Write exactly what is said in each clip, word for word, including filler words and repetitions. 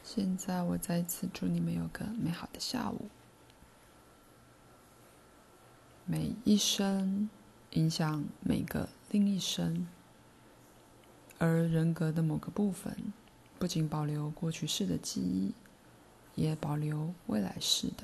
现在我再次祝你们有个美好的下午。每一生影响每个另一生，而人格的某个部分不仅保留过去式的记忆，也保留未来式的。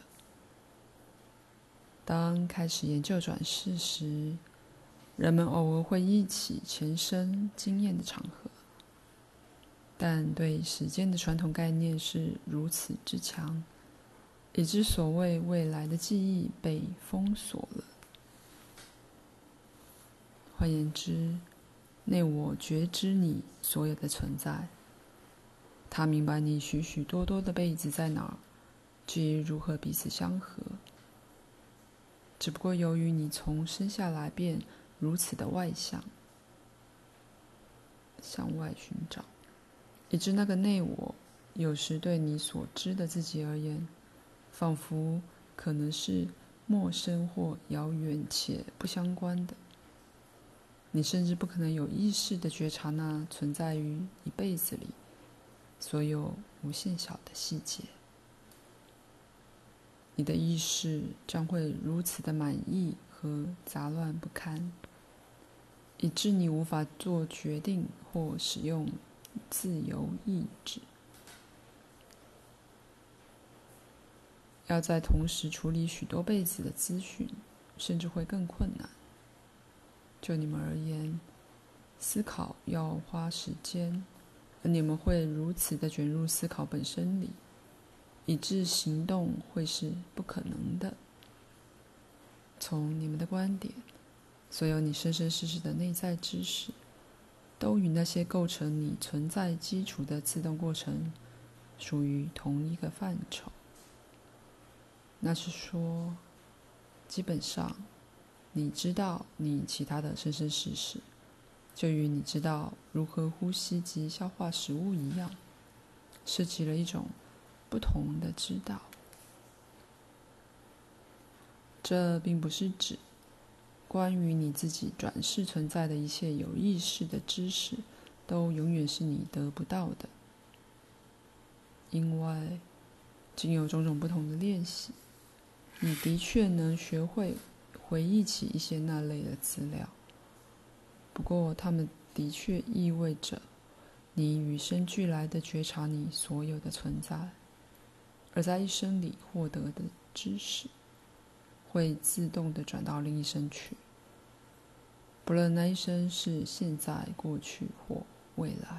当开始研究转世时，人们偶尔会忆起前生经验的场合，但对时间的传统概念是如此之强，以致所谓未来的记忆被封锁了。换言之，内我觉知你所有的存在，他明白你许许多多的辈子在哪儿，至于如何彼此相合。只不过由于你从生下来便如此的外向，向外寻找，以致那个内我有时对你所知的自己而言，仿佛可能是陌生或遥远且不相关的。你甚至不可能有意识地觉察那存在于一辈子里所有无限小的细节。你的意识将会如此的满意和杂乱不堪，以致你无法做决定或使用自由意志。要在同时处理许多辈子的资讯，甚至会更困难。就你们而言，思考要花时间，而你们会如此的卷入思考本身里，以致行动会是不可能的。从你们的观点，所有你生生世世的内在知识，都与那些构成你存在基础的自动过程属于同一个范畴。那是说，基本上你知道你其他的生生世世，就与你知道如何呼吸及消化食物一样，涉及了一种不同的知道。这并不是指关于你自己转世存在的一切有意识的知识都永远是你得不到的，因为经由种种不同的练习，你的确能学会回忆起一些那类的资料。不过它们的确意味着你与生俱来的觉察你所有的存在，而在一生里获得的知识会自动地转到另一生去，不论那一生是现在、过去或未来。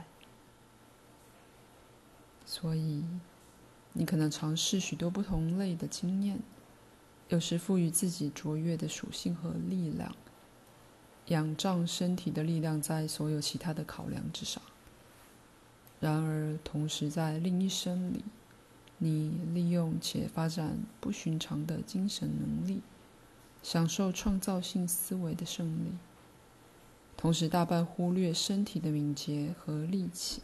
所以你可能尝试许多不同类的经验，有时赋予自己卓越的属性和力量，仰仗身体的力量在所有其他的考量之上。然而同时在另一生里，你利用且发展不寻常的精神能力，享受创造性思维的胜利，同时大半忽略身体的敏捷和力气。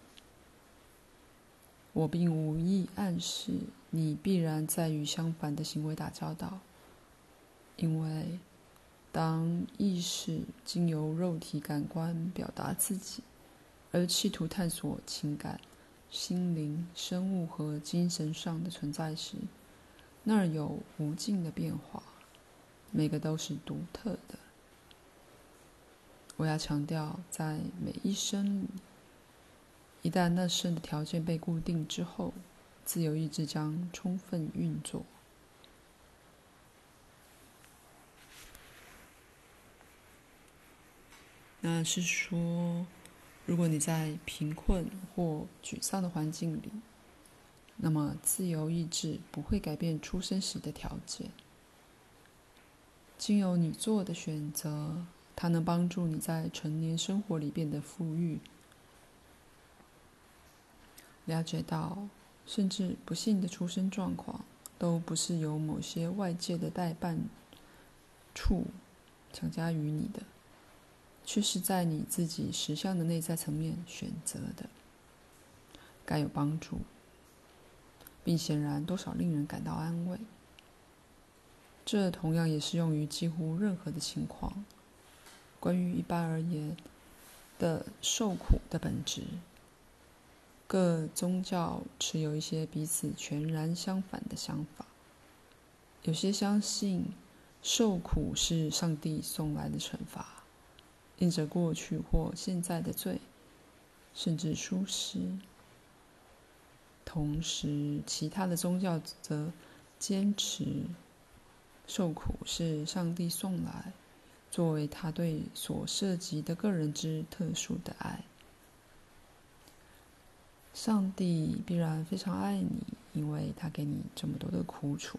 我并无意暗示你必然在与相反的行为打交道，因为当意识经由肉体感官表达自己，而企图探索情感、心灵、生物和精神上的存在时，那儿有无尽的变化，每个都是独特的。我要强调，在每一生里，一旦那生的条件被固定之后，自由意志将充分运作。那是说，如果你在贫困或沮丧的环境里，那么自由意志不会改变出生时的条件。经由你做的选择，它能帮助你在成年生活里变得富裕，了解到甚至不幸的出生状况都不是由某些外界的代办处强加于你的，却是在你自己实相的内在层面选择的，该有帮助，并显然多少令人感到安慰。这同样也适用于几乎任何的情况。关于一般而言的受苦的本质， 各宗教持有一些彼此全然相反的想法。有些相信受苦是上帝送来的惩罚，因着过去或现在的罪，甚至疏失。同时，其他的宗教则坚持受苦是上帝送来，作为他对所涉及的个人之特殊的爱。上帝必然非常爱你，因为他给你这么多的苦楚。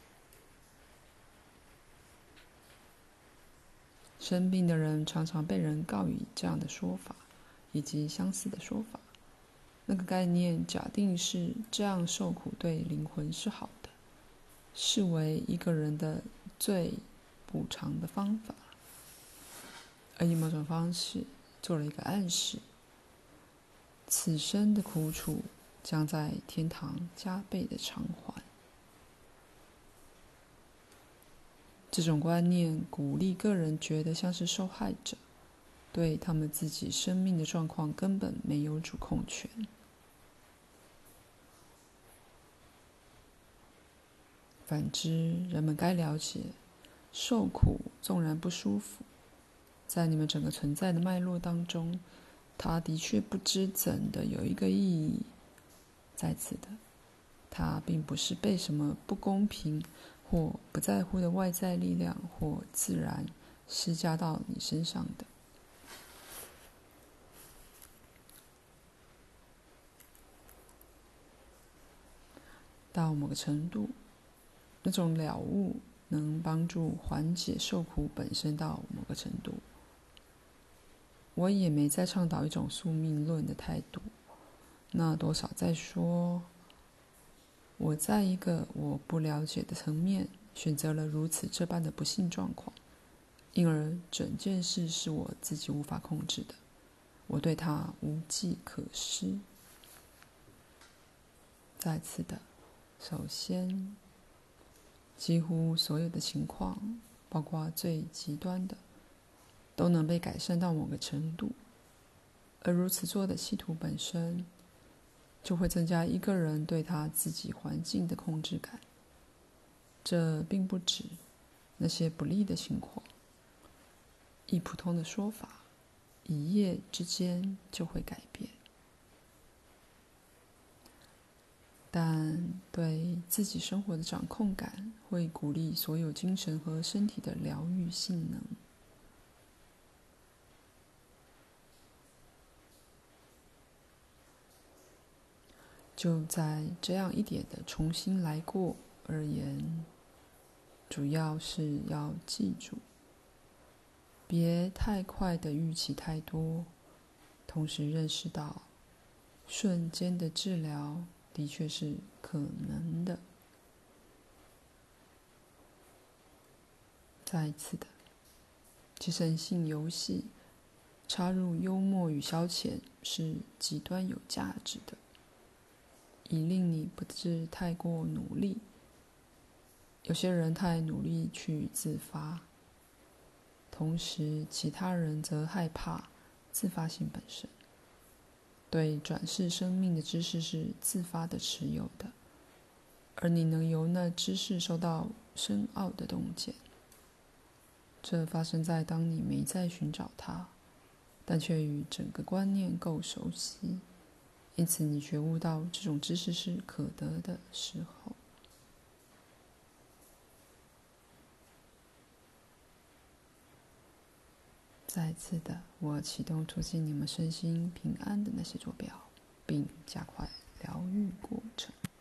生病的人常常被人告以这样的说法，以及相似的说法。那个概念假定是这样受苦对灵魂是好的，视为一个人的罪补偿的方法，而以某种方式做了一个暗示：此生的苦楚将在天堂加倍的偿还。这种观念鼓励个人觉得像是受害者，对他们自己生命的状况根本没有主控权。反之，人们该了解，受苦纵然不舒服，在你们整个存在的脉络当中，它的确不知怎的有一个意义在此的。它并不是被什么不公平或不在乎的外在力量或自然施加到你身上的。到某个程度，那种了悟能帮助缓解受苦本身到某个程度。我也没在倡导一种宿命论的态度，那多少在说，我在一个我不了解的层面选择了如此这般的不幸状况，因而整件事是我自己无法控制的，我对它无计可施。再次的，首先，几乎所有的情况，包括最极端的，都能被改善到某个程度，而如此做的企图本身，就会增加一个人对他自己环境的控制感。这并不指那些不利的情况，以普通的说法，一夜之间就会改变。但对自己生活的掌控感会鼓励所有精神和身体的疗愈性能。就在这样一点的重新来过而言，主要是要记住，别太快的预期太多，同时认识到瞬间的治疗的确是可能的。再一次的，即时性游戏插入幽默与消遣是极端有价值的，以令你不致太过努力。有些人太努力去自发，同时其他人则害怕自发性本身。对转世生命的知识是自发的持有的，而你能由那知识受到深奥的洞见。这发生在当你没在寻找它，但却与整个观念够熟悉，因此你觉悟到这种知识是可得的时候。再次的，我启动促进你们身心平安的那些坐标，并加快疗愈过程。